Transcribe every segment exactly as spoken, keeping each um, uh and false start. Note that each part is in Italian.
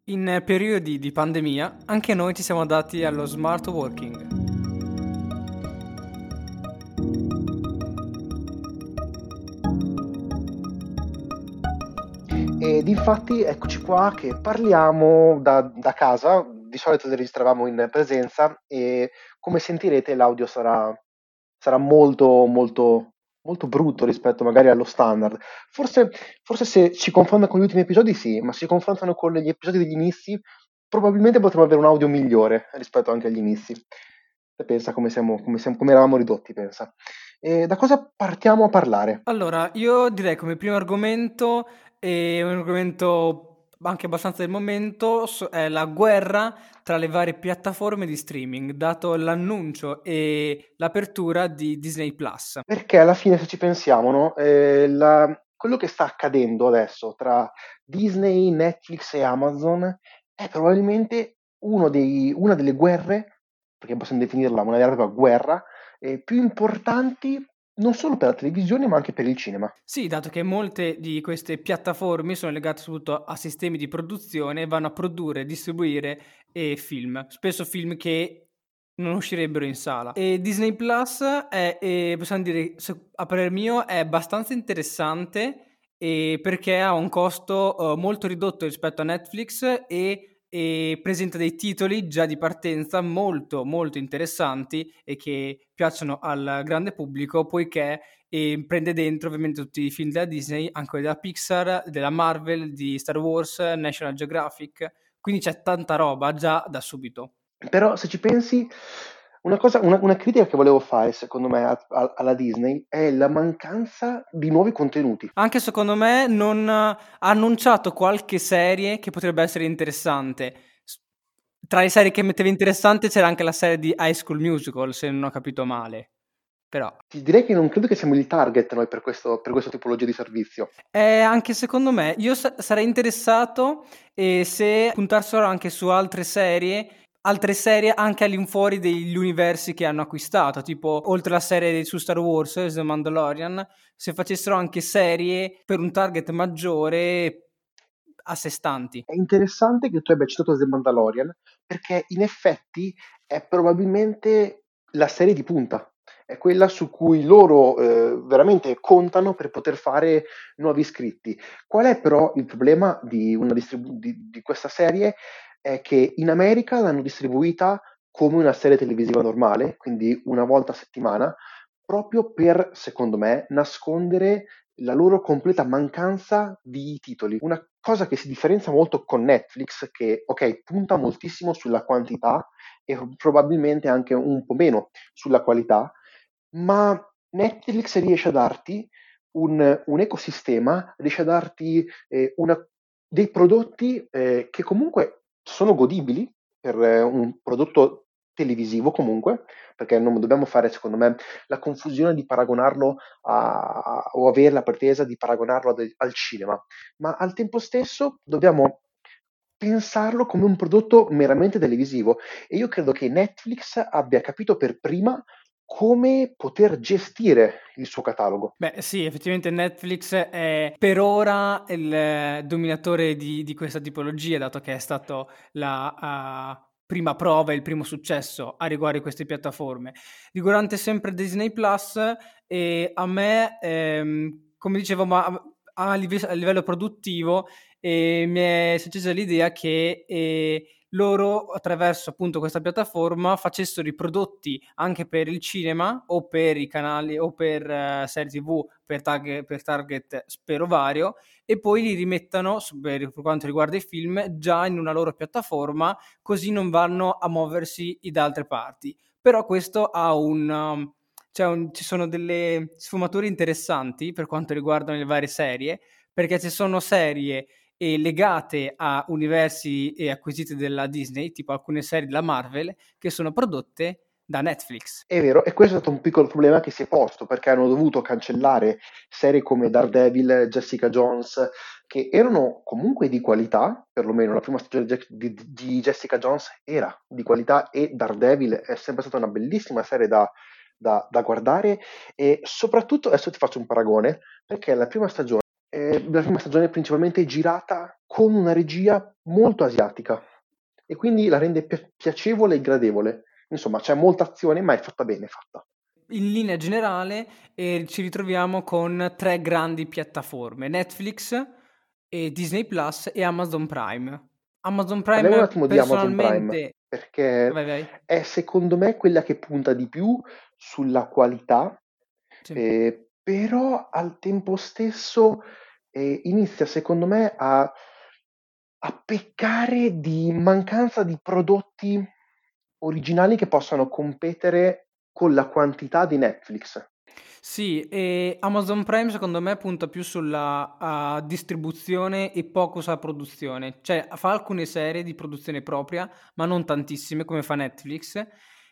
In periodi di pandemia, anche noi ci siamo dati allo smart working. Ed infatti eccoci qua che parliamo da, da casa, di solito le registravamo in presenza e come sentirete l'audio sarà, sarà molto molto molto brutto rispetto magari allo standard. Forse, forse se ci confronta con gli ultimi episodi sì, ma se ci confrontano con gli episodi degli inizi probabilmente potremmo avere un audio migliore rispetto anche agli inizi. Te pensa come siamo, come siamo, come eravamo ridotti, pensa. E da cosa partiamo a parlare? Allora, io direi come primo argomento, e un argomento anche abbastanza del momento, so- è la guerra tra le varie piattaforme di streaming, dato l'annuncio e l'apertura di Disney Plus. Perché alla fine, se ci pensiamo, no, eh, la- quello che sta accadendo adesso tra Disney, Netflix e Amazon è probabilmente uno dei- una delle guerre, perché possiamo definirla una vera e propria guerra, eh, più importanti non solo per la televisione, ma anche per il cinema. Sì, dato che molte di queste piattaforme sono legate soprattutto a sistemi di produzione e vanno a produrre e distribuire eh, film, spesso film che non uscirebbero in sala. E Disney Plus è, è, possiamo dire, se- a parer mio, è abbastanza interessante e perché ha un costo eh, molto ridotto rispetto a Netflix e, e presenta dei titoli già di partenza molto molto interessanti e che piacciono al grande pubblico, poiché e prende dentro ovviamente tutti i film della Disney, anche quelli della Pixar, della Marvel, di Star Wars, National Geographic, quindi c'è tanta roba già da subito. Però se ci pensi, una cosa, una, una critica che volevo fare, secondo me, a- a- alla Disney è la mancanza di nuovi contenuti. Anche secondo me non ha annunciato qualche serie che potrebbe essere interessante. S- Tra le serie che metteva interessante c'era anche la serie di High School Musical, se non ho capito male. Però Ti direi che non credo che siamo il target noi per questo, per questa tipologia di servizio. Eh, anche secondo me, io sa- sarei interessato eh, se puntassero anche su altre serie, altre serie anche all'infuori degli universi che hanno acquistato, tipo oltre alla serie su Star Wars, The Mandalorian, se facessero anche serie per un target maggiore a sé stanti. È interessante che tu abbia citato The Mandalorian perché in effetti è probabilmente la serie di punta, è quella su cui loro eh, veramente contano per poter fare nuovi iscritti. Qual è però il problema di, una distribu- di, di questa serie? È che in America l'hanno distribuita come una serie televisiva normale, quindi una volta a settimana, proprio per, secondo me, nascondere la loro completa mancanza di titoli. Una cosa che si differenzia molto con Netflix, che ok, punta moltissimo sulla quantità e probabilmente anche un po' meno sulla qualità, ma Netflix riesce a darti un, un ecosistema, riesce a darti eh, una, dei prodotti eh, che comunque sono godibili per eh, un prodotto televisivo comunque, perché non dobbiamo fare, secondo me, la confusione di paragonarlo a, o avere la pretesa di paragonarlo ad- al cinema, ma al tempo stesso dobbiamo pensarlo come un prodotto meramente televisivo e io credo che Netflix abbia capito per prima come poter gestire il suo catalogo. Beh, sì, effettivamente Netflix è per ora il eh, dominatore di, di questa tipologia, dato che è stato la ah, prima prova e il primo successo a riguardo di queste piattaforme. Riguardante sempre Disney Plus, e a me, ehm, come dicevo, ma a, a live- a livello produttivo, eh, mi è successa l'idea che eh, loro attraverso appunto questa piattaforma facessero i prodotti anche per il cinema o per i canali o per eh, serie tv per, tag- per target spero vario e poi li rimettano su- per, per quanto riguarda i film già in una loro piattaforma, così non vanno a muoversi da altre parti. Però questo ha un um, cioè un- ci sono delle sfumature interessanti per quanto riguardano le varie serie, perché ci sono serie e legate a universi e acquisite della Disney, tipo alcune serie della Marvel, che sono prodotte da Netflix. È vero, e questo è stato un piccolo problema che si è posto perché hanno dovuto cancellare serie come Daredevil, Jessica Jones, che erano comunque di qualità, perlomeno la prima stagione di, di- di Jessica Jones era di qualità e Daredevil è sempre stata una bellissima serie da, da- da guardare e soprattutto, adesso ti faccio un paragone, perché la prima stagione eh, la prima stagione è principalmente girata con una regia molto asiatica e quindi la rende pi- piacevole e gradevole. Insomma, c'è molta azione, ma è fatta bene, è fatta. In linea generale, eh, ci ritroviamo con tre grandi piattaforme: Netflix, e Disney Plus e Amazon Prime. Amazon Parliamo un Prime attimo di Amazon Prime, personalmente... perché Vai, vai. è secondo me quella che punta di più sulla qualità, Sì. eh, però al tempo stesso eh, inizia secondo me a, a peccare di mancanza di prodotti originali che possano competere con la quantità di Netflix. Sì, e Amazon Prime secondo me punta più sulla ah, distribuzione e poco sulla produzione. Cioè fa alcune serie di produzione propria, ma non tantissime come fa Netflix.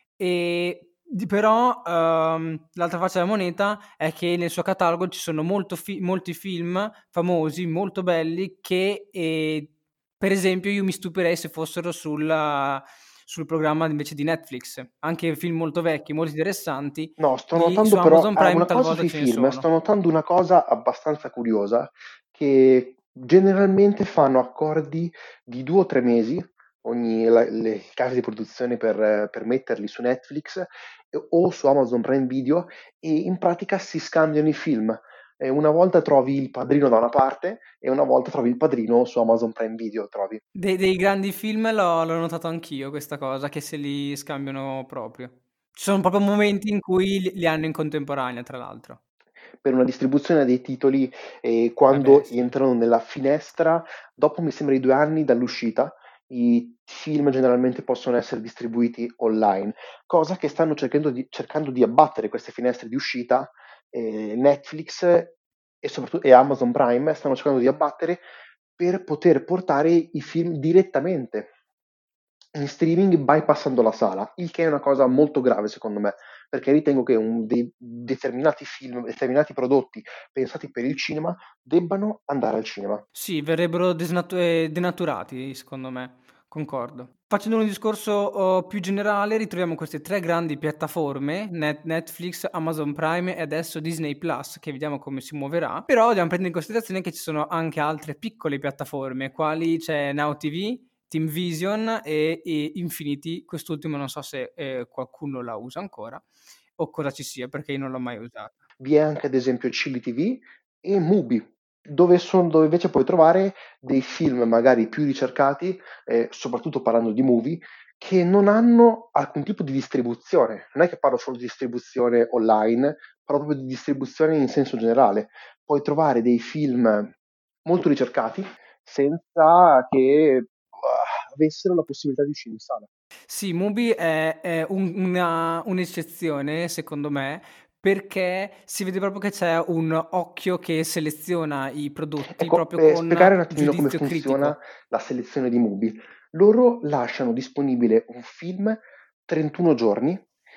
E di- però ehm, l'altra faccia della moneta è che nel suo catalogo ci sono molto fi- molti film famosi, molto belli, che eh, per esempio io mi stupirei se fossero sulla- sul programma invece di Netflix. Anche film molto vecchi, molto interessanti No, sto di notando su però Amazon ah, Prime una cosa talvolta sui ce ne film, sto sono. notando una cosa abbastanza curiosa, che generalmente fanno accordi di due o tre mesi, ogni la- le case di produzione per, eh, per metterli su Netflix eh, o su Amazon Prime Video e in pratica si scambiano i film. E una volta trovi Il Padrino da una parte e una volta trovi Il Padrino su Amazon Prime Video, trovi. Dei, dei grandi film l'ho, l'ho notato anch'io questa cosa, che se li scambiano proprio. Ci sono proprio momenti in cui li, li hanno in contemporanea, tra l'altro. Per una distribuzione dei titoli eh, Vabbè, quando sì. entrano nella finestra, dopo mi sembra i due anni dall'uscita, i film generalmente possono essere distribuiti online, cosa che stanno cercando di, cercando di abbattere queste finestre di uscita. eh, Netflix e soprattutto e Amazon Prime stanno cercando di abbattere per poter portare i film direttamente in streaming bypassando la sala, il che è una cosa molto grave secondo me, perché ritengo che un dei determinati film, determinati prodotti pensati per il cinema debbano andare al cinema. Sì, verrebbero desnatu- eh, denaturati, secondo me, concordo. Facendo un discorso oh, più generale, ritroviamo queste tre grandi piattaforme, Net- Netflix, Amazon Prime e adesso Disney Plus, che vediamo come si muoverà. Però dobbiamo prendere in considerazione che ci sono anche altre piccole piattaforme, quali c'è Now T V, Team Vision e, e Infinity. Quest'ultimo non so se eh, qualcuno la usa ancora o cosa ci sia, perché io non l'ho mai usata. Vi è anche ad esempio Cili T V e Mubi, dove, son- dove invece puoi trovare dei film magari più ricercati, eh, soprattutto parlando di movie, che non hanno alcun tipo di distribuzione. Non è che parlo solo di distribuzione online, parlo proprio di distribuzione in senso generale. Puoi trovare dei film molto ricercati senza che uh, avessero la possibilità di uscire in sala. Sì, Mubi è, è un- una- un'eccezione, secondo me, perché si vede proprio che c'è un occhio che seleziona i prodotti Ecco, proprio per con spiegare un attimino come giudizio funziona critico. la selezione di Mubi, loro lasciano disponibile un film trentuno giorni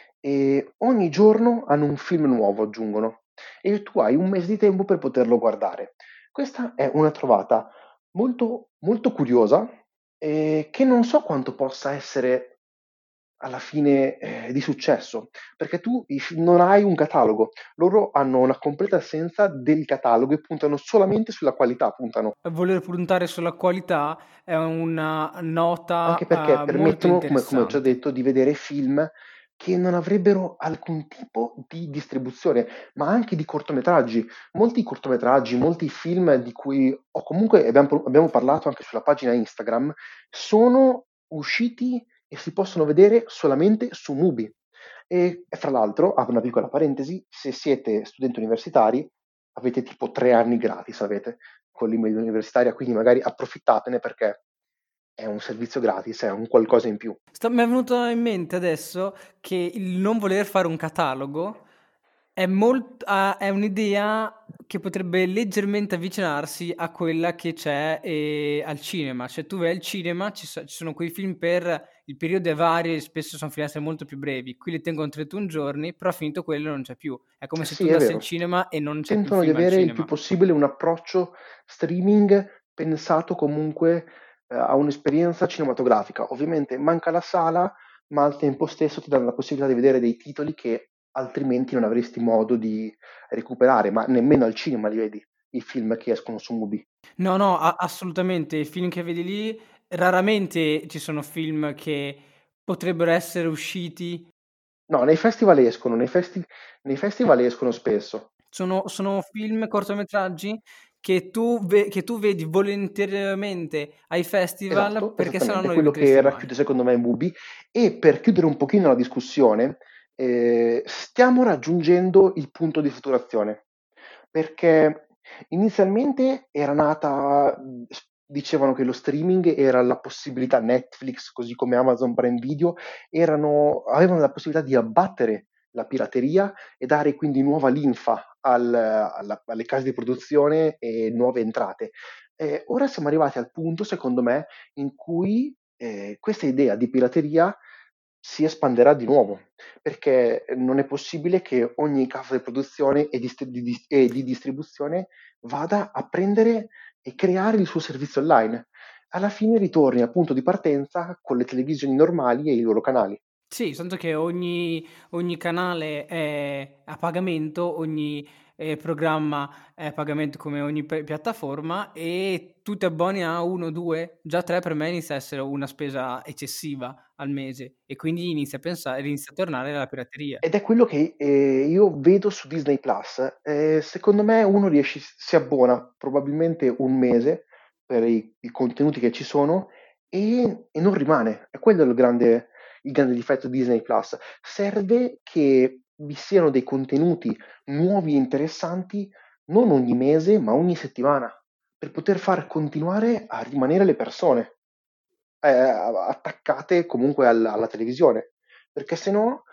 e ogni giorno hanno un film nuovo, aggiungono, e tu hai un mese di tempo per poterlo guardare. Questa è una trovata molto, molto curiosa e che non so quanto possa essere alla fine eh, di successo, perché tu i fi- non hai un catalogo, loro hanno una completa assenza del catalogo e puntano solamente sulla qualità, puntano. Voler puntare sulla qualità è una Anche nota perché eh, molto permettono, come, come ho già interessante. detto, di vedere film che non avrebbero alcun tipo di distribuzione, ma anche di cortometraggi. Molti cortometraggi, molti film di cui ho comunque abbiamo, abbiamo parlato anche sulla pagina Instagram, sono usciti e si possono vedere solamente su Mubi. E, e fra l'altro, apro una piccola parentesi, se siete studenti universitari, avete tipo tre anni gratis, avete con l'email universitaria, quindi magari approfittatene perché è un servizio gratis, è un qualcosa in più. Sta- mi è venuto in mente adesso che il non voler fare un catalogo è, molt- ah, è un'idea che potrebbe leggermente avvicinarsi a quella che c'è eh, al cinema. Cioè tu vai al cinema, ci, so- ci sono quei film per il periodo è vario, e spesso sono finestre molto più brevi. Qui li tengono trentuno giorni, però finito quello non c'è più. È come Eh se tu sì, è andassi al vero. cinema e non c'è più il Tentano di film al avere il più cinema. possibile un approccio streaming pensato comunque eh, a un'esperienza cinematografica. Ovviamente manca la sala, ma al tempo stesso ti danno la possibilità di vedere dei titoli che altrimenti non avresti modo di recuperare, ma nemmeno al cinema li vedi. i film che escono su Mubi. No, no, a- assolutamente. I film che vedi lì, raramente ci sono film che potrebbero essere usciti. No, nei festival escono, nei, festi- nei festival escono spesso. Sono, sono film, cortometraggi che tu, ve- che tu vedi volontariamente ai festival Esatto, perché se no esattamente, non li quello che vedresti mai. racchiude secondo me Mubi. E per chiudere un pochino la discussione, eh, stiamo raggiungendo il punto di saturazione, perché inizialmente era nata, mh, s- dicevano che lo streaming era la possibilità, Netflix, così come Amazon Prime Video, erano, avevano la possibilità di abbattere la pirateria e dare quindi nuova linfa al- alla- alle case di produzione e nuove entrate. Eh, ora siamo arrivati al punto, secondo me, in cui eh, questa idea di pirateria si espanderà di nuovo, perché non è possibile che ogni casa di produzione e, distri- di, dis- e di distribuzione vada a prendere e creare il suo servizio online. Alla fine ritorni al punto di partenza con le televisioni normali e i loro canali. Sì, tanto che ogni, ogni canale è a pagamento, ogni eh, programma è a pagamento come ogni pi- piattaforma e tu ti abboni a uno, due, già tre per me inizia a essere una spesa eccessiva al mese e quindi inizia a pensare, inizia a tornare alla pirateria. Ed è quello che eh, io vedo su Disney Plus. Eh, secondo me uno riesce, si abbona probabilmente un mese per i, i contenuti che ci sono e, e non rimane. E quello è il grande, il grande difetto di Disney Plus. Serve che vi siano dei contenuti nuovi e interessanti non ogni mese, ma ogni settimana, per poter far continuare a rimanere le persone eh, attaccate comunque al- alla televisione. Perché se no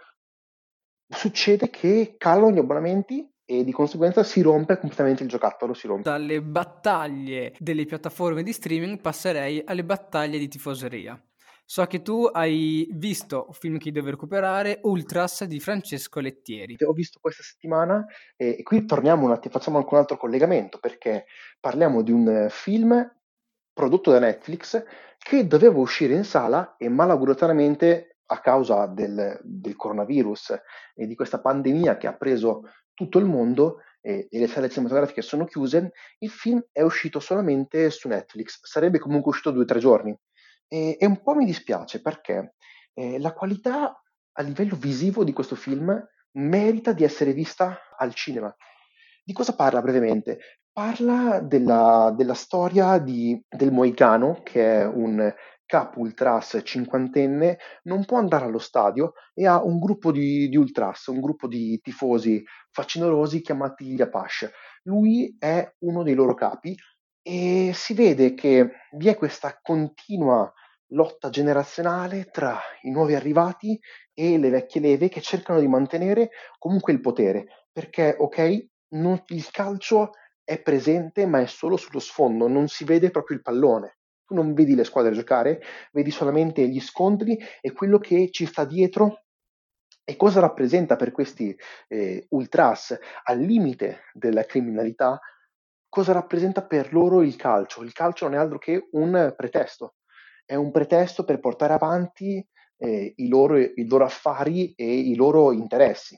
succede che calano gli abbonamenti e di conseguenza si rompe completamente il giocattolo, si rompe. Dalle battaglie delle piattaforme di streaming passerei alle battaglie di tifoseria. So che tu hai visto film che devo recuperare, Ultras di Francesco Lettieri. Ho visto questa settimana eh, e qui torniamo un attimo, facciamo anche un altro collegamento perché parliamo di un eh, film prodotto da Netflix che doveva uscire in sala e malauguratamente a causa del, del coronavirus e di questa pandemia che ha preso tutto il mondo e, e le sale cinematografiche sono chiuse, il film è uscito solamente su Netflix, sarebbe comunque uscito due o tre giorni. E, e un po' mi dispiace perché eh, la qualità a livello visivo di questo film merita di essere vista al cinema. Di cosa parla brevemente? Parla della, della storia di- del Moicano, che è un capo ultras cinquantenne, non può andare allo stadio e ha un gruppo di, di ultras, un gruppo di tifosi facinorosi chiamati gli Apache. Lui è uno dei loro capi e si vede che vi è questa continua lotta generazionale tra i nuovi arrivati e le vecchie leve che cercano di mantenere comunque il potere, perché ok, non- il calcio è presente ma è solo sullo sfondo, non si vede proprio il pallone. Tu non vedi le squadre giocare, vedi solamente gli scontri e quello che ci sta dietro e cosa rappresenta per questi eh, ultras al limite della criminalità, cosa rappresenta per loro il calcio. Il calcio non è altro che un pretesto, è un pretesto per portare avanti eh, i loro, i loro affari e i loro interessi.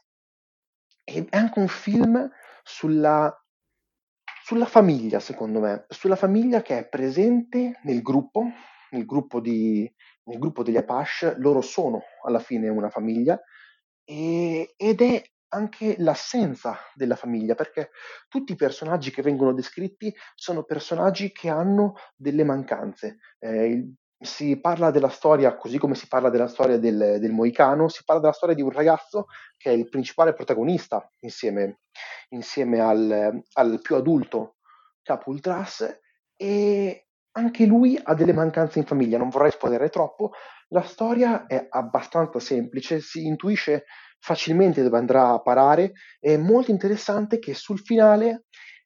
E è anche un film sulla, sulla famiglia, secondo me, sulla famiglia che è presente nel gruppo, nel gruppo, di, nel gruppo degli Apache, loro sono alla fine una famiglia, e- ed è anche l'assenza della famiglia, perché tutti i personaggi che vengono descritti sono personaggi che hanno delle mancanze. Eh, il- si parla della storia, così come si parla della storia del, del Moicano, si parla della storia di un ragazzo che è il principale protagonista insieme, insieme al, al più adulto Capo Ultras e anche lui ha delle mancanze in famiglia, non vorrei spoilerare troppo, la storia è abbastanza semplice, si intuisce facilmente dove andrà a parare, è molto interessante che sul finale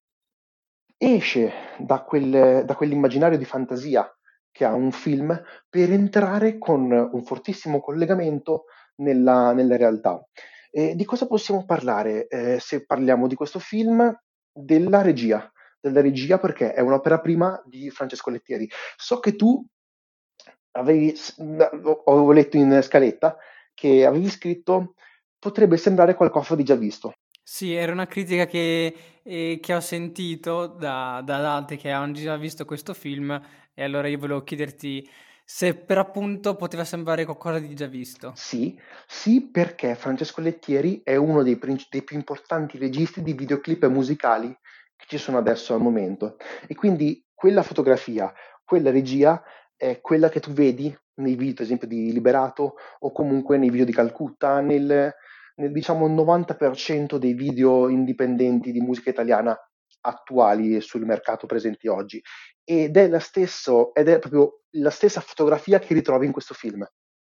esce da, quel, da quell'immaginario di fantasia che ha un film per entrare con un fortissimo collegamento nella, nella realtà. E di cosa possiamo parlare eh, se parliamo di questo film? Della regia, della regia perché è un'opera prima di Francesco Lettieri. So che tu avevi, s- n- avevo letto in scaletta che avevi scritto potrebbe sembrare qualcosa di già visto. Sì, era una critica che, ehm, che ho sentito da da altri che han già visto questo film e allora io volevo chiederti se per appunto poteva sembrare qualcosa di già visto. Sì, sì, perché Francesco Lettieri è uno dei, princi- dei più importanti registi di videoclip musicali che ci sono adesso al momento. E quindi quella fotografia, quella regia è quella che tu vedi nei video, ad esempio, di Liberato o comunque nei video di Calcutta, nel, nel diciamo novanta per cento dei video indipendenti di musica italiana attuali sul mercato presenti oggi. Ed è la stesso, ed è proprio la stessa fotografia che ritrovi in questo film,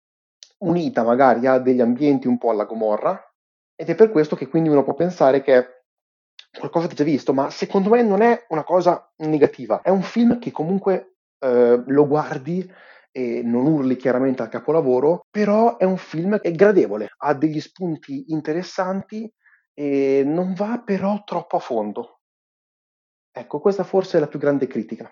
unita magari a degli ambienti un po' alla Gomorra, ed è per questo che quindi uno può pensare che è qualcosa di già visto, ma secondo me non è una cosa negativa. È un film che comunque eh, lo guardi e non urli chiaramente al capolavoro, però è un film che è gradevole, ha degli spunti interessanti e non va però troppo a fondo. Ecco, questa forse è la più grande critica.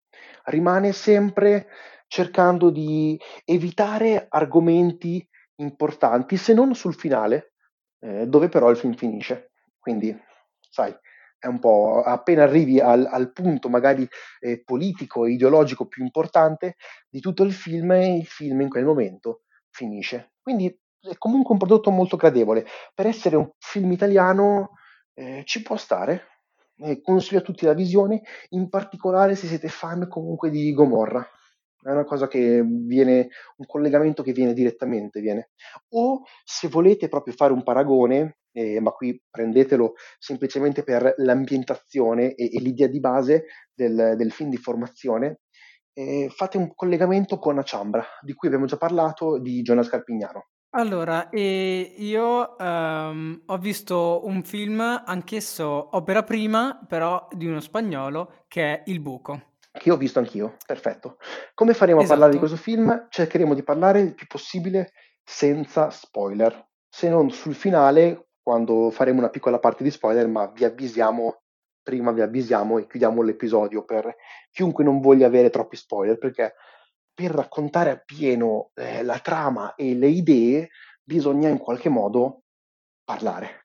Rimane sempre cercando di evitare argomenti importanti, se non sul finale, eh, dove però il film finisce. Quindi, sai, è un po' appena arrivi al, al punto magari eh, politico e ideologico più importante di tutto il film, il film in quel momento finisce. Quindi è comunque un prodotto molto gradevole. Per essere un film italiano eh, ci può stare. Eh, consiglio a tutti la visione, in particolare se siete fan comunque di Gomorra. È una cosa che viene, un collegamento che viene direttamente, viene. O se volete proprio fare un paragone, eh, ma qui prendetelo semplicemente per l'ambientazione e, e l'idea di base del, del film di formazione, eh, fate un collegamento con A Ciambra, di cui abbiamo già parlato, di Giona Scarpignano. Allora, ehm, io, ehm, ho visto un film, anch'esso opera prima, però di uno spagnolo, che è Il buco. Che ho visto anch'io, perfetto. Come faremo a parlare di Esatto. questo film? Cercheremo di parlare il più possibile senza spoiler, se non sul finale, quando faremo una piccola parte di spoiler, ma vi avvisiamo, prima vi avvisiamo e chiudiamo l'episodio per chiunque non voglia avere troppi spoiler, perché per raccontare appieno eh, la trama e le idee bisogna in qualche modo parlare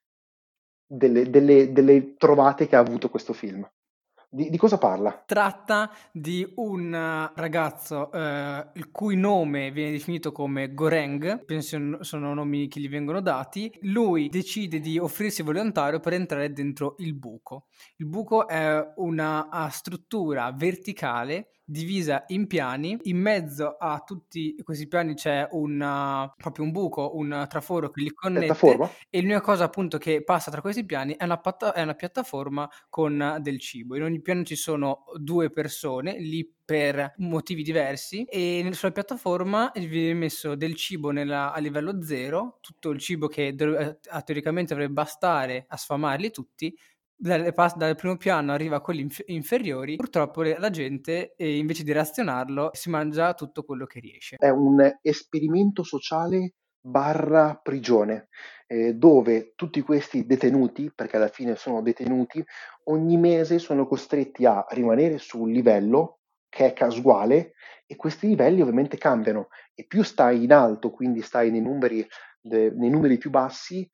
delle, delle- delle trovate che ha avuto questo film. Di, di cosa parla? Tratta di un eh, ragazzo, ehm, il cui nome viene definito come Goreng, penso n sono nomi che gli vengono dati. Lui decide di offrirsi volontario per entrare dentro il buco. Il buco è una, a struttura verticale divisa in piani. In mezzo a tutti questi piani c'è un uh, proprio un buco, un traforo che li connette Piattaforma? e l'unica cosa appunto che passa tra questi piani è una patta è una piattaforma con del cibo. In ogni piano ci sono due persone lì per motivi diversi e nel sulla piattaforma viene messo del cibo nella a livello zero, tutto il cibo che dov a teoricamente dovrebbe bastare a sfamarli tutti, dalle pas dal primo piano arriva a quelli inf inferiori. Purtroppo le la gente, ehm, invece di razionarlo, si mangia tutto quello che riesce. È un esperimento sociale barra prigione, eh, dove tutti questi detenuti, perché alla fine sono detenuti, ogni mese sono costretti a rimanere su un livello che è casuale e questi livelli ovviamente cambiano e più stai in alto, quindi stai nei numeri, de- nei numeri più bassi,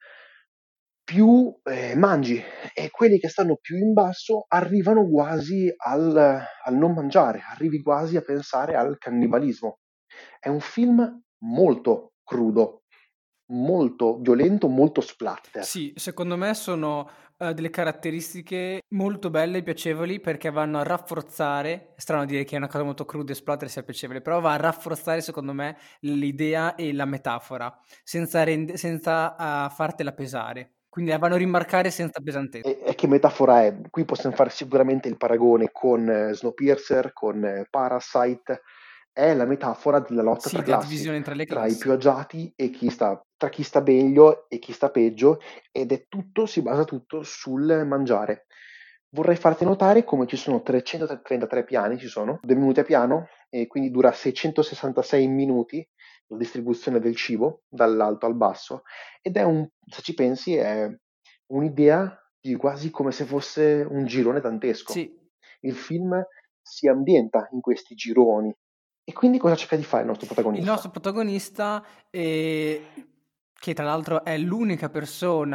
più eh, mangi e quelli che stanno più in basso arrivano quasi al, al non mangiare, arrivi quasi a pensare al cannibalismo. È un film molto crudo, molto violento, molto splatter. Sì, secondo me sono, ehm, delle caratteristiche molto belle e piacevoli perché vanno a rafforzare, è strano dire che una cosa molto cruda e splatter sia piacevole, però va a rafforzare secondo me l'idea e la metafora, senza rende senza, uhm, fartela pesare. Quindi la vanno a rimarcare senza pesantezza. E, e che metafora è? Qui possiamo fare sicuramente il paragone con eh, Snowpiercer, con eh, Parasite, è la metafora della lotta Sì, tra della classi, divisione tra le tra i classi. più agiati e chi sta, tra chi sta meglio e chi sta peggio, ed è tutto, si basa tutto sul mangiare. Vorrei farti notare come ci sono trecentotrentatré piani, ci sono, due minuti a piano, e quindi dura seicentosessantasei minuti la distribuzione del cibo dall'alto al basso, ed è un, se ci pensi, è un'idea di quasi come se fosse un girone dantesco. Sì. Il film si ambienta in questi gironi. E quindi cosa cerca di fare il nostro Il protagonista? nostro protagonista, ehm, che tra l'altro è l'unica persona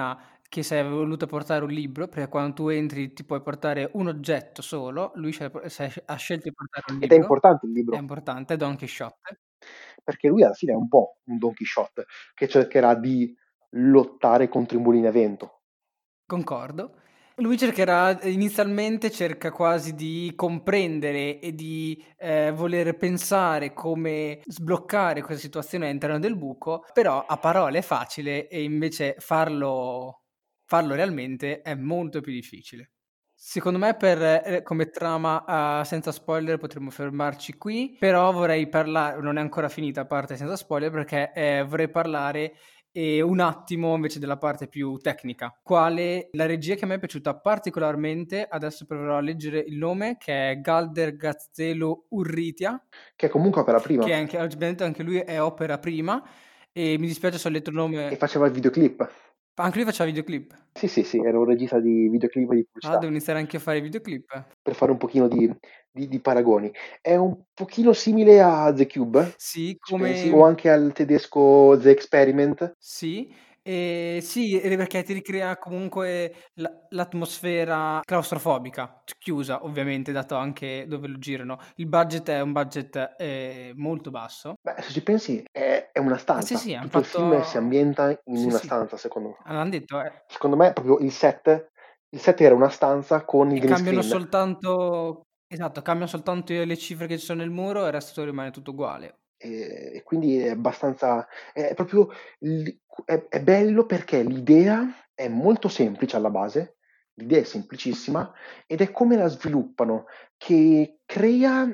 che si è voluto portare un libro, perché quando tu entri ti puoi portare un oggetto solo, lui si è si è ha scelto di portare un Ed è libro, importante il è libro, importante, Don Chisciotte. perché lui alla fine è un po' un Don Chisciotte che cercherà di lottare contro i mulini a vento. Concordo. Lui cercherà inizialmente cerca quasi di comprendere e di eh, voler pensare come sbloccare questa situazione all'interno del buco, però a parole è facile e invece farlo, farlo realmente è molto più difficile. Secondo me per, eh, come trama, eh, senza spoiler potremmo fermarci qui, però vorrei parlare, non è ancora finita a parte senza spoiler, perché eh, vorrei parlare e un attimo invece della parte più tecnica, quale la regia che a me è piaciuta particolarmente, adesso proverò a leggere il nome, che è Galder Gaztelu Urritia, Che è comunque opera prima che anche, ovviamente anche lui è opera prima, e mi dispiace se ho letto il e nome, faceva il videoclip. anche lui faceva videoclip. Sì, sì, sì, era un regista di videoclip e di Ah, pubblicità, devo iniziare anche a fare videoclip. per fare un pochino di, di- di paragoni. È un pochino simile a The Cube, Sì, ci pensi? O come... anche al tedesco The Experiment. Sì, ehm, sì, e perché ti ricrea comunque la l'atmosfera claustrofobica, c chiusa ovviamente, dato anche dove lo girano. Il budget è un budget, ehm, molto basso. Beh, se ci pensi è, è una Eh sì, stanza, sì, han tutto il film si fatto ambienta in sì, una sì, stanza, secondo me. l'han detto, eh. Secondo me proprio il set, il set era una stanza con il E green cambiano screen. soltanto esatto, cambiano soltanto le cifre che ci sono nel muro e il resto rimane tutto uguale. E, e quindi è abbastanza, è proprio, l- è, è bello perché l'idea è molto semplice alla base, l'idea è semplicissima ed è come la sviluppano, che crea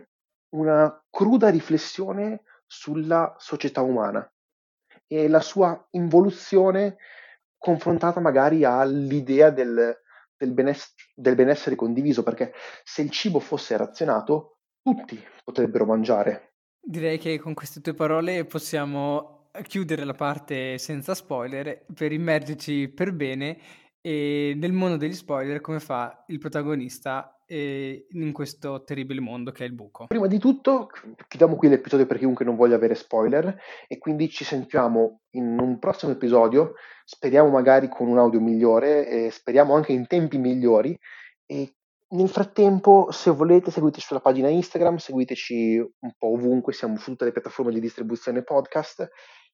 una cruda riflessione sulla società umana e la sua involuzione confrontata magari all'idea del, del beness- del benessere condiviso, perché se il cibo fosse razionato, tutti potrebbero mangiare. Direi che con queste tue parole possiamo chiudere la parte senza spoiler per immergerci per bene e nel mondo degli spoiler come fa il protagonista eh, in questo terribile mondo che è il buco. Prima di tutto, chiudiamo qui l'episodio per chiunque non voglia avere spoiler e quindi ci sentiamo in un prossimo episodio, speriamo magari con un audio migliore e speriamo anche in tempi migliori e nel frattempo, se volete, seguiteci sulla pagina Instagram, seguiteci un po' ovunque, siamo su tutte le piattaforme di distribuzione podcast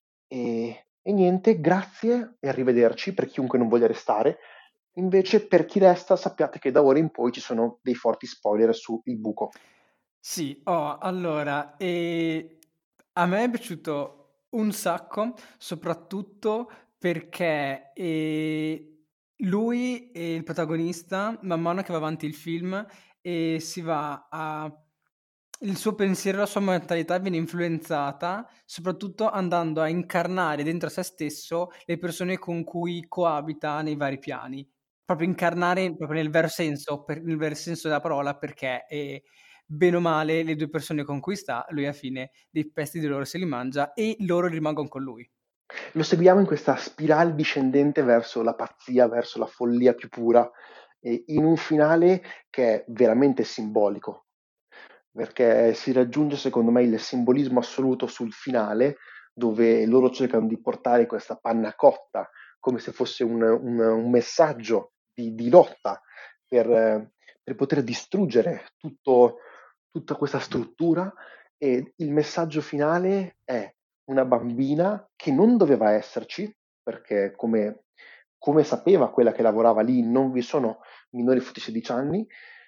e, e niente, grazie e arrivederci per chiunque non voglia restare. Invece, per chi resta, sappiate che da ora in poi ci sono dei forti spoiler su Il Buco. Sì, oh, allora, e a me è piaciuto un sacco, soprattutto perché eh, lui è il protagonista, man mano che va avanti il film, e si va a... Il suo pensiero, la sua mentalità viene influenzata soprattutto andando a incarnare dentro a se stesso le persone con cui coabita nei vari piani. Proprio incarnare proprio nel vero senso, per, nel vero senso della parola, perché eh, bene o male le due persone con cui sta, lui alla fine dei pezzi di loro se li mangia e loro rimangono con lui. Lo seguiamo in questa spirale discendente verso la pazzia, verso la follia più pura, e in un finale che è veramente simbolico, perché si raggiunge secondo me il simbolismo assoluto sul finale, dove loro cercano di portare questa panna cotta come se fosse un, un- un messaggio di, di lotta per, eh, per poter distruggere tutto- tutta questa struttura, e il messaggio finale è una bambina che non doveva esserci, perché come, come sapeva quella che lavorava lì, non vi sono minori sotto i sedici anni,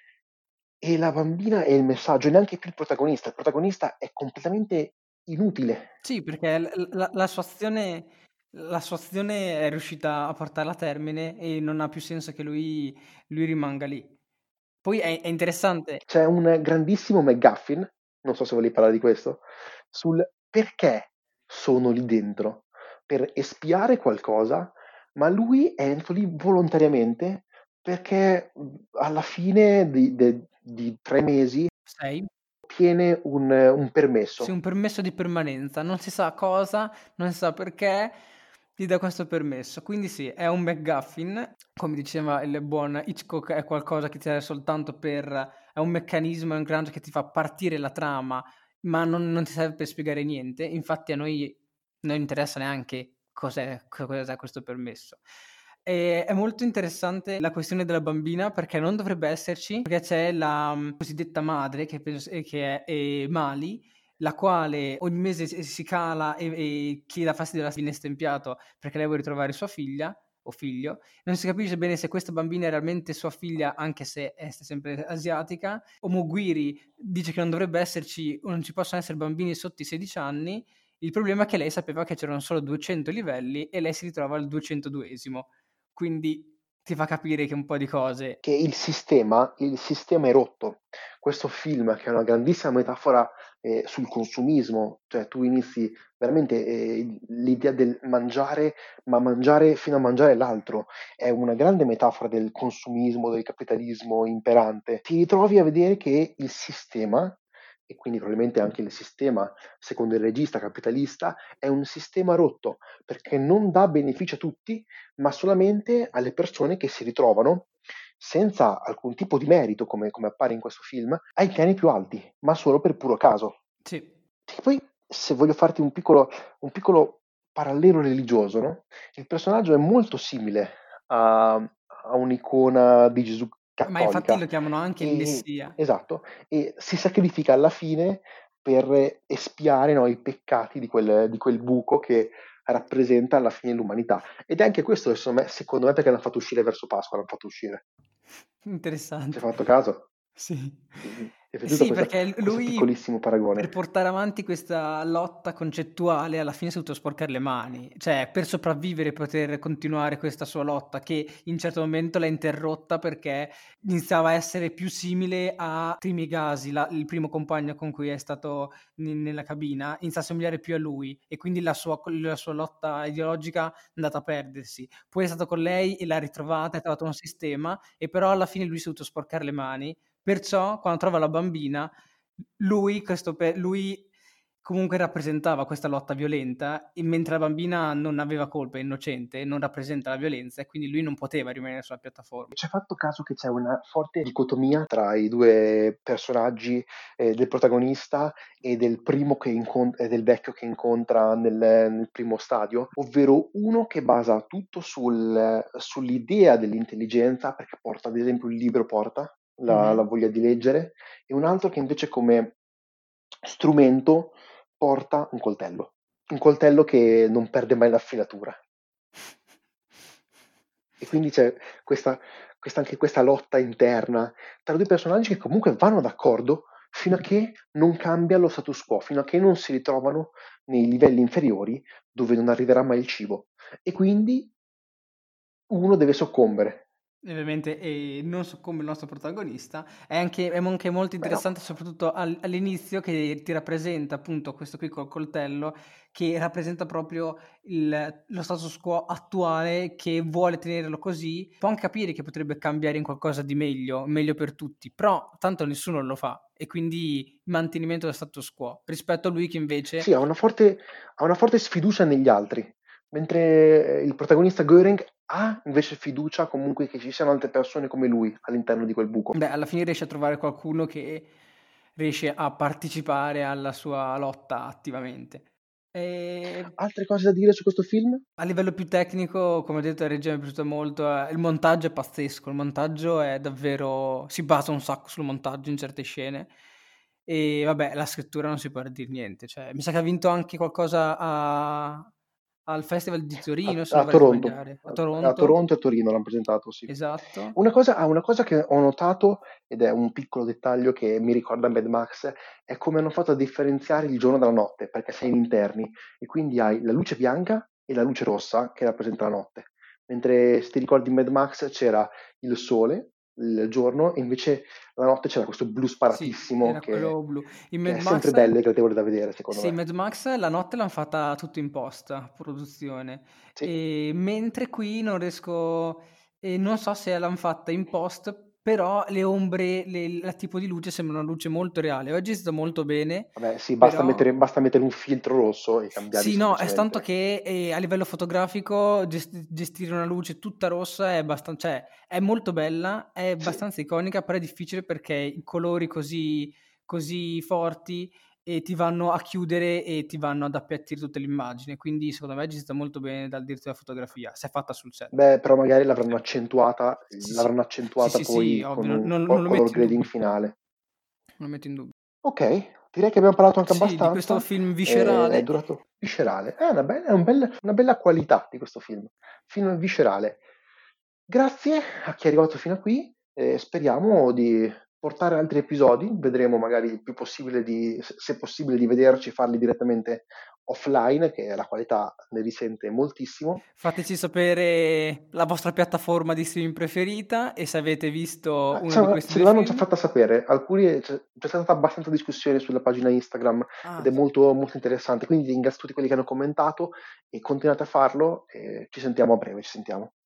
e la bambina è il messaggio, e neanche più il protagonista. Il protagonista è completamente inutile. Sì, perché l- la, la sua azione, la sua azione è riuscita a portarla a termine e non ha più senso che lui, lui rimanga lì. Poi è, è interessante. C'è un grandissimo McGuffin, non so se volevi parlare di questo, sul perché sono lì dentro, per espiare qualcosa, ma lui è entrato lì volontariamente perché mh, alla fine di, de- di tre mesi Sei? ottiene un, un Sì, permesso. un permesso di permanenza, non si sa cosa, non si sa perché, gli dà questo permesso. Quindi sì, è un McGuffin, come diceva il buon Hitchcock, è qualcosa che ti serve soltanto per... è un meccanismo, è un grande che ti fa partire la trama, ma non, non ti serve per spiegare niente. Infatti a noi non interessa neanche cos'è, cos'è questo permesso. E è molto interessante la questione della bambina perché non dovrebbe esserci, perché c'è la mm, cosiddetta madre che, penso- eh, che è eh, Mali, la quale ogni mese si, si cala e, e chiede a fastidio alla viene stempiato perché lei vuole ritrovare sua figlia o figlio. Non si capisce bene se questa bambina è realmente sua figlia, anche se è sempre asiatica. Omogiri dice che non dovrebbe esserci, o non ci possono essere bambini sotto i sedici anni. Il problema è che lei sapeva che c'erano solo duecento livelli e lei si ritrova al duecentoduesimo, quindi ti fa capire che un po' di cose... Che il sistema, il sistema è rotto. Questo film, che è una grandissima metafora eh, sul consumismo, cioè tu inizi veramente eh, l'idea del mangiare, ma mangiare fino a mangiare l'altro, è una grande metafora del consumismo, del capitalismo imperante. Ti ritrovi a vedere che il sistema, e quindi probabilmente anche il sistema, secondo il regista capitalista, è un sistema rotto, perché non dà beneficio a tutti, ma solamente alle persone che si ritrovano senza alcun tipo di merito, come, come appare in questo film, ai piani più alti, ma solo per puro caso. Sì, E poi, se voglio farti un piccolo, un piccolo parallelo religioso, no? Il personaggio è molto simile a, a un'icona di Gesù ma infatti cattolica. lo chiamano anche il E, Messia. esatto, e si sacrifica alla fine per espiare, no, i peccati di quel, di quel buco che rappresenta alla fine l'umanità. Ed è anche questo, secondo me, secondo me perché l'hanno fatto uscire verso Pasqua, l'hanno fatto uscire. Ci hai Interessante. fatto caso? Sì. Mm, Ti è piaciuto Sì, questa- perché l questo lui piccolissimo per paragone? portare avanti questa lotta concettuale alla fine si è dovuto sporcare le mani. Cioè, per sopravvivere e poter continuare questa sua lotta, che in un certo momento l'ha interrotta perché iniziava a essere più simile a Trimigasi, la il primo compagno con cui è stato ne nella cabina, inizia a somigliare più a lui e quindi la sua co la sua lotta ideologica è andata a perdersi. Poi è stato con lei e l'ha ritrovata, ha trovato un sistema e però alla fine lui si è dovuto sporcare le mani. Perciò quando trova la bambina, lui, questo pe- lui comunque rappresentava questa lotta violenta, e mentre la bambina non aveva colpa, è innocente, non rappresenta la violenza e quindi lui non poteva rimanere sulla piattaforma. Ci hai fatto caso che c'è una forte dicotomia tra i due personaggi, eh, del protagonista e del primo che incont- e del vecchio che incontra nel, nel primo stadio, ovvero uno che basa tutto sul- sull'idea dell'intelligenza, perché porta ad esempio il libro, porta la, la Mhm. voglia di leggere, e un altro che invece come strumento porta un coltello, un coltello che non perde mai l'affilatura. E quindi c'è questa, questa- anche questa lotta interna tra due personaggi che comunque vanno d'accordo fino a che non cambia lo status quo, fino a che non si ritrovano nei livelli inferiori dove non arriverà mai il cibo. E quindi uno deve soccombere. E ovviamente e non so come il nostro protagonista, è anche, è anche molto Beh, no. interessante soprattutto al- all'inizio che ti rappresenta appunto questo qui col coltello che rappresenta proprio il- lo status quo attuale che vuole tenerlo così, può anche capire che potrebbe cambiare in qualcosa di meglio, meglio per tutti, però tanto nessuno lo fa e quindi mantenimento del status quo rispetto a lui che invece... Sì, ha una forte, ha una forte sfiducia negli altri, mentre eh, il protagonista Göring ha invece fiducia comunque che ci siano altre persone come lui all'interno di quel buco. Beh, alla fine riesce a trovare qualcuno che riesce a partecipare alla sua lotta attivamente. E Altre cose da dire su questo film? a livello più tecnico, come ho detto, la regia mi è piaciuta molto. eh, Il montaggio è pazzesco. Il montaggio è davvero. Si basa un sacco sul montaggio in certe scene. E vabbè, la scrittura non si può dire niente. Cioè, mi sa che ha vinto anche qualcosa a- al Festival di A, Torino, se non a vorrei Toronto, sbagliare. A a, a Toronto, Toronto e a Torino l'hanno presentato, sì. esatto. Una cosa, ah, una cosa che ho notato, ed è un piccolo dettaglio che mi ricorda Mad Max, è come hanno fatto a differenziare il giorno dalla notte, perché sei in interni, e quindi hai la luce bianca e la luce rossa che rappresenta la notte. Mentre se ti ricordi in Mad Max c'era il sole, il giorno, e invece la notte c'era questo blu Sì, sparatissimo era che, quello blu. In che Mad è sempre Max, bello e gradevole da vedere, secondo sì, me. Mad Max la notte l'hanno fatta tutto in post produzione, Sì. e mentre qui non riesco, e non so se l'hanno fatta in post, però le ombre, le- la tipo di luce sembra una luce molto reale. Oggi è stato molto bene, Vabbè, sì, basta però mettere, basta mettere un filtro rosso e cambiarli sì, no, è tanto semplicemente. che eh, a livello fotografico gest- gestire una luce tutta rossa è abbastanza, cioè, è molto bella, è Sì, abbastanza iconica, però è difficile perché i colori così, così forti e ti vanno a chiudere e ti vanno ad appiattire tutta l'immagine, quindi secondo me è gestita molto bene dal direttore della fotografia, se è fatta sul set. Beh, però magari l'avranno accentuata, Sì, sì, l'avranno sì, accentuata sì, sì, poi ovvio, con non, un non- non lo color metto in grading dubbio, finale. non lo metto in dubbio. Ok, direi che abbiamo parlato anche Sì, di questo abbastanza. film eh, è viscerale. durato viscerale. È una bella, è un bel- una bella qualità di questo film. Film viscerale. Grazie a chi è arrivato fino a qui. eh, speriamo di portare altri episodi. Vedremo magari il più possibile di, se se possibile, di vederci, farli direttamente offline, che la qualità ne risente moltissimo. Fateci sapere la vostra piattaforma di streaming preferita e se avete visto Ah, uno di diciamo, questi due Silvana non ci ha film. fatta sapere, alcuni, c'è, c'è stata abbastanza discussione sulla pagina Instagram ed Ah, è molto, molto interessante, quindi ringrazio tutti quelli che hanno commentato e continuate a farlo e ci sentiamo a breve, ci sentiamo.